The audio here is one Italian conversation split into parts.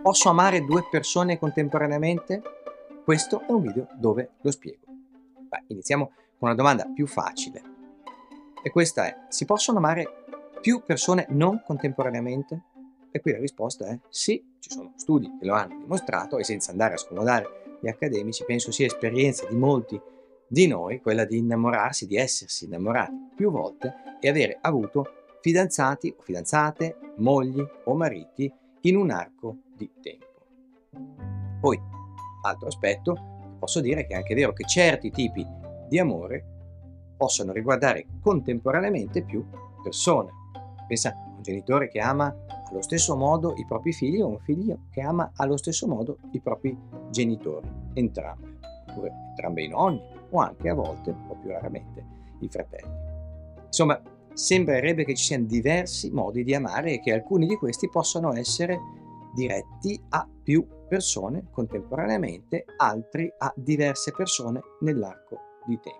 Posso amare due persone contemporaneamente? Questo è un video dove lo spiego. Beh, iniziamo con una domanda più facile. E questa è: si possono amare più persone non contemporaneamente? E qui la risposta è sì, ci sono studi che lo hanno dimostrato, e senza andare a scomodare gli accademici, penso sia esperienza di molti di noi quella di innamorarsi, di essersi innamorati più volte e avere avuto fidanzati o fidanzate, mogli o mariti in un arco di tempo. Poi, altro aspetto, posso dire che è anche vero che certi tipi di amore possono riguardare contemporaneamente più persone. Pensa a un genitore che ama allo stesso modo i propri figli o un figlio che ama allo stesso modo i propri genitori, entrambe, oppure entrambi i nonni o anche a volte, un po' più raramente, i fratelli. Insomma, sembrerebbe che ci siano diversi modi di amare e che alcuni di questi possano essere diretti a più persone contemporaneamente, altri a diverse persone nell'arco di tempo.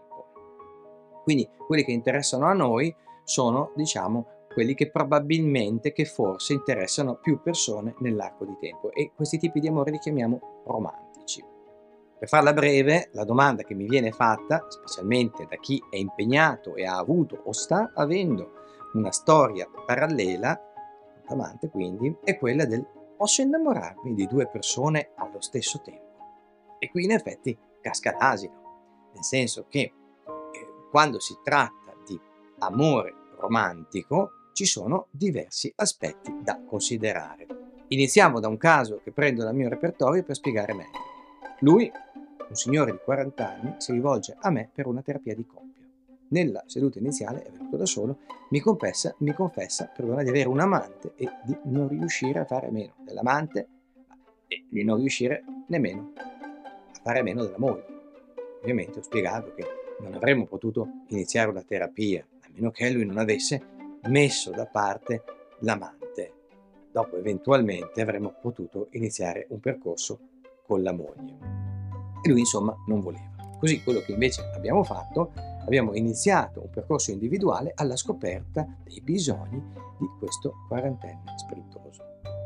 Quindi quelli che interessano a noi sono, diciamo, quelli che probabilmente, che forse interessano più persone nell'arco di tempo, e questi tipi di amore li chiamiamo romantici. Per farla breve, la domanda che mi viene fatta, specialmente da chi è impegnato e ha avuto o sta avendo una storia parallela, amante quindi, è quella del: posso innamorarmi di due persone allo stesso tempo? E qui in effetti casca l'asino, nel senso che quando si tratta di amore romantico ci sono diversi aspetti da considerare. Iniziamo da un caso che prendo dal mio repertorio per spiegare meglio. Lui, un signore di 40 anni, si rivolge a me per una terapia di coppia. Nella seduta iniziale è venuto da solo, mi confessa, perdona, di avere un amante e di non riuscire a fare a meno dell'amante e di non riuscire nemmeno a fare a meno della moglie. Ovviamente ho spiegato che non avremmo potuto iniziare una terapia a meno che lui non avesse messo da parte l'amante. Dopo eventualmente avremmo potuto iniziare un percorso con la moglie. E lui insomma non voleva. Così quello che invece abbiamo fatto, abbiamo iniziato un percorso individuale alla scoperta dei bisogni di questo quarantenne spiritoso.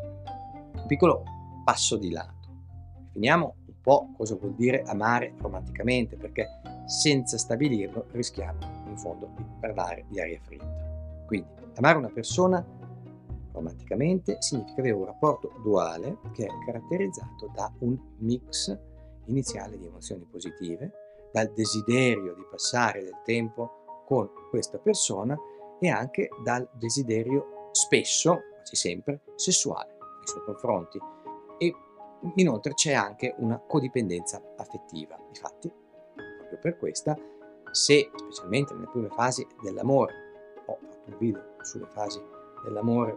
Un piccolo passo di lato. Definiamo un po' cosa vuol dire amare romanticamente, perché senza stabilirlo rischiamo in fondo di parlare di aria fritta. Quindi amare una persona romanticamente significa avere un rapporto duale che è caratterizzato da un mix iniziale di emozioni positive, dal desiderio di passare del tempo con questa persona e anche dal desiderio spesso, quasi sempre, sessuale nei suoi confronti. E inoltre c'è anche una codipendenza affettiva. Infatti, proprio per questa, se specialmente nelle prime fasi dell'amore, ho fatto un video sulle fasi dell'amore,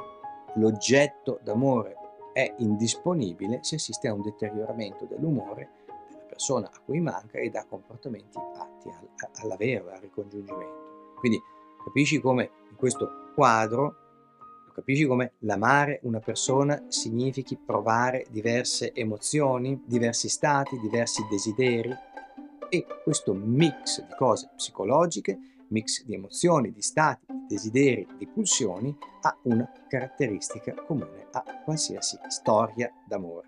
l'oggetto d'amore è indisponibile, si assiste a un deterioramento dell'umore della persona a cui manca e da comportamenti atti all'avere, al ricongiungimento. Quindi capisci come in questo quadro, capisci come l'amare una persona significhi provare diverse emozioni, diversi stati, diversi desideri, e questo mix di cose psicologiche, mix di emozioni, di stati, di desideri, di pulsioni, ha una caratteristica comune a qualsiasi storia d'amore.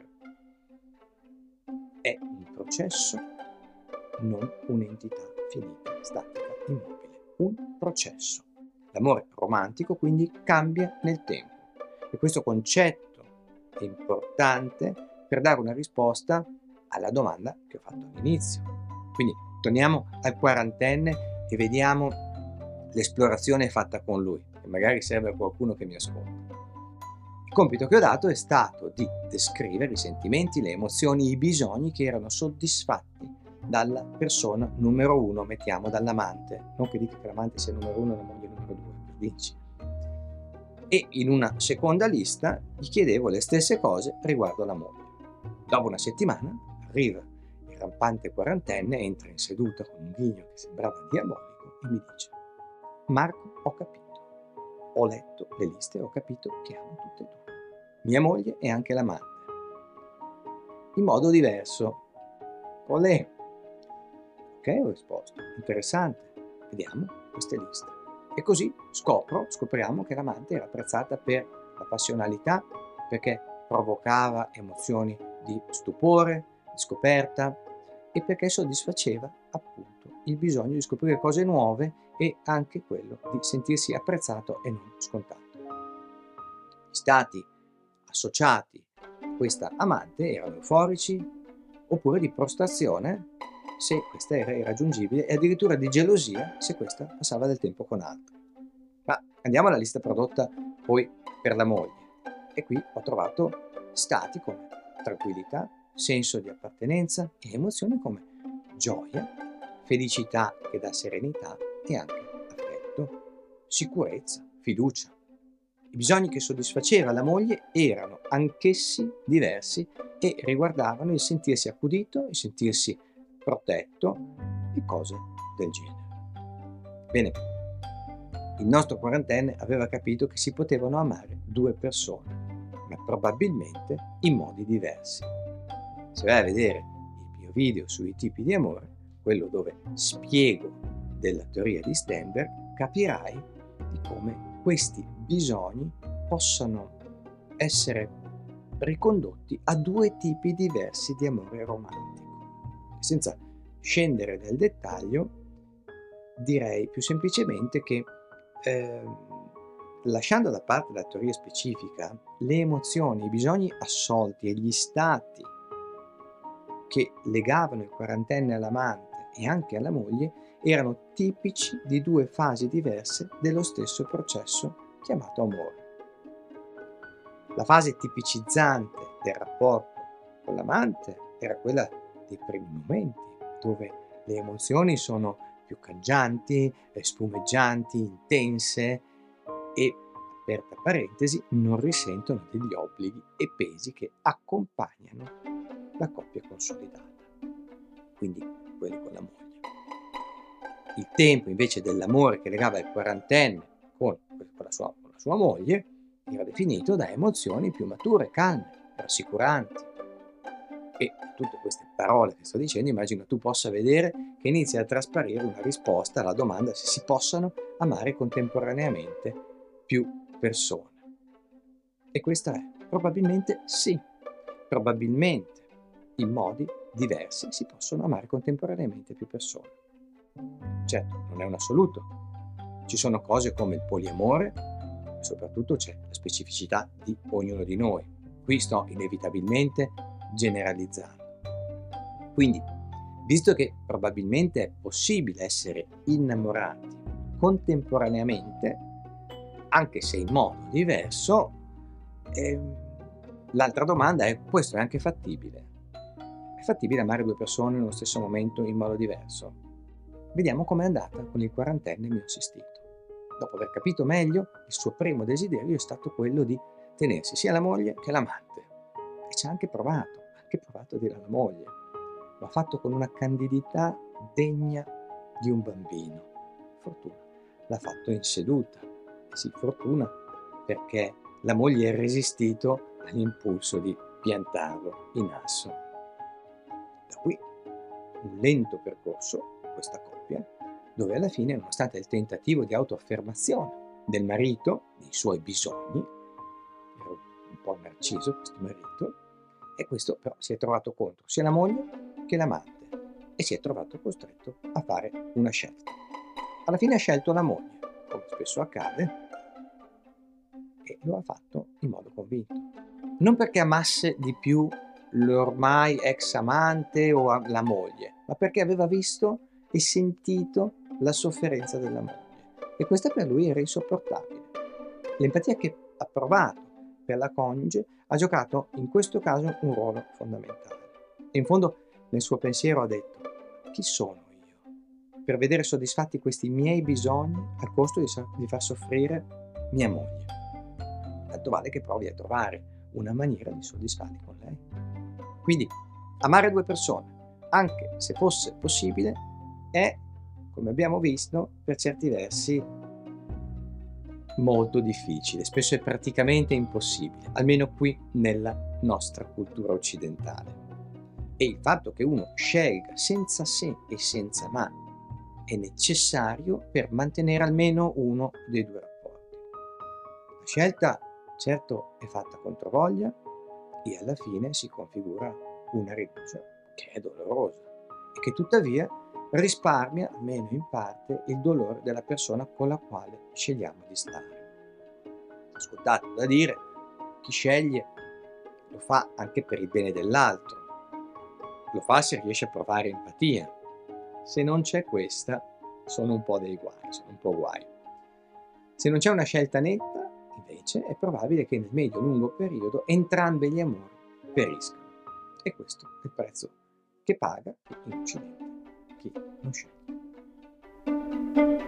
È un processo, non un'entità finita, statica, immobile. Un processo. L'amore romantico quindi cambia nel tempo, e questo concetto è importante per dare una risposta alla domanda che ho fatto all'inizio. Quindi torniamo al quarantenne e vediamo l'esplorazione fatta con lui, che magari serve a qualcuno che mi ascolta. Il compito che ho dato è stato di descrivere i sentimenti, le emozioni, i bisogni che erano soddisfatti dalla persona numero uno, mettiamo dall'amante, non che dica che l'amante sia numero uno e la moglie numero due, per dirci. E in una seconda lista gli chiedevo le stesse cose riguardo alla moglie. Dopo una settimana arriva il rampante quarantenne, entra in seduta con un ghigno che sembrava diabolico e mi dice: Marco, ho capito, ho letto le liste e ho capito che amo tutte e due, mia moglie e anche l'amante, in modo diverso. Olè. Ok, ho risposto, interessante, vediamo queste liste. E così scopriamo che l'amante era apprezzata per la passionalità, perché provocava emozioni di stupore, di scoperta, e perché soddisfaceva appunto il bisogno di scoprire cose nuove e anche quello di sentirsi apprezzato e non scontato. Gli stati associati a questa amante erano euforici oppure di prostrazione se questa era irraggiungibile e addirittura di gelosia se questa passava del tempo con altri. Ma andiamo alla lista prodotta poi per la moglie, e qui ho trovato stati come tranquillità, senso di appartenenza e emozioni come gioia, felicità che dà serenità e anche affetto, sicurezza, fiducia. I bisogni che soddisfaceva la moglie erano anch'essi diversi e riguardavano il sentirsi accudito, il sentirsi protetto e cose del genere. Bene, il nostro quarantenne aveva capito che si potevano amare due persone, ma probabilmente in modi diversi. Se vai a vedere il mio video sui tipi di amore, quello dove spiego della teoria di Sternberg, capirai di come questi bisogni possano essere ricondotti a due tipi diversi di amore romantico. Senza scendere nel dettaglio, direi più semplicemente che lasciando da parte la teoria specifica, le emozioni, i bisogni assolti e gli stati che legavano il quarantenne all'amante e anche alla moglie erano tipici di due fasi diverse dello stesso processo chiamato amore. La fase tipicizzante del rapporto con l'amante era quella dei primi momenti, dove le emozioni sono più cangianti, spumeggianti, intense e, aperta parentesi, non risentono degli obblighi e pesi che accompagnano la coppia consolidata, quindi quelli con la moglie. Il tempo invece dell'amore che legava il quarantenne con la sua moglie era definito da emozioni più mature, calme, rassicuranti. E tutte queste parole che sto dicendo immagino tu possa vedere che inizia a trasparire una risposta alla domanda se si possano amare contemporaneamente più persone. E questa è probabilmente sì, probabilmente in modi diversi si possono amare contemporaneamente più persone. Certo, non è un assoluto. Ci sono cose come il poliamore, e soprattutto c'è la specificità di ognuno di noi. Qui sto inevitabilmente generalizzando. Quindi, visto che probabilmente è possibile essere innamorati contemporaneamente, anche se in modo diverso, l'altra domanda è: questo è anche fattibile? È fattibile amare due persone nello stesso momento in modo diverso? Vediamo com'è andata con il quarantenne mio assistito. Dopo aver capito meglio, il suo primo desiderio è stato quello di tenersi sia la moglie che l'amante. E ci ha anche provato a dire alla moglie. Lo ha fatto con una candidità degna di un bambino. Fortuna. L'ha fatto in seduta. E sì, fortuna, perché la moglie ha resistito all'impulso di piantarlo in asso. Da qui un lento percorso questa coppia, dove alla fine, nonostante il tentativo di autoaffermazione del marito, dei suoi bisogni, era un po' narciso questo marito, e questo però si è trovato contro sia la moglie che l'amante e si è trovato costretto a fare una scelta. Alla fine ha scelto la moglie, come spesso accade, e lo ha fatto in modo convinto. Non perché amasse di più l'ormai ex amante o la moglie, ma perché aveva visto e sentito la sofferenza della moglie, e questa per lui era insopportabile. L'empatia che ha provato per la coniuge ha giocato in questo caso un ruolo fondamentale. E in fondo nel suo pensiero ha detto: chi sono io per vedere soddisfatti questi miei bisogni a costo di far soffrire mia moglie? Tanto vale che provi a trovare una maniera di soddisfarli con lei. Quindi amare due persone, anche se fosse possibile, è, come abbiamo visto, per certi versi molto difficile, spesso è praticamente impossibile, almeno qui nella nostra cultura occidentale. E il fatto che uno scelga senza se e senza ma è necessario per mantenere almeno uno dei due rapporti. La scelta, certo, è fatta controvoglia, e alla fine si configura una rinuncia che è dolorosa e che tuttavia risparmia, almeno in parte, il dolore della persona con la quale scegliamo di stare. Scontato da dire, chi sceglie lo fa anche per il bene dell'altro, lo fa se riesce a provare empatia. Se non c'è questa, sono un po' dei guai, sono un po' guai. Se non c'è una scelta netta, invece, è probabile che nel medio-lungo periodo entrambi gli amori periscano. E questo è il prezzo che paga chi in Occidente, chi non sceglie.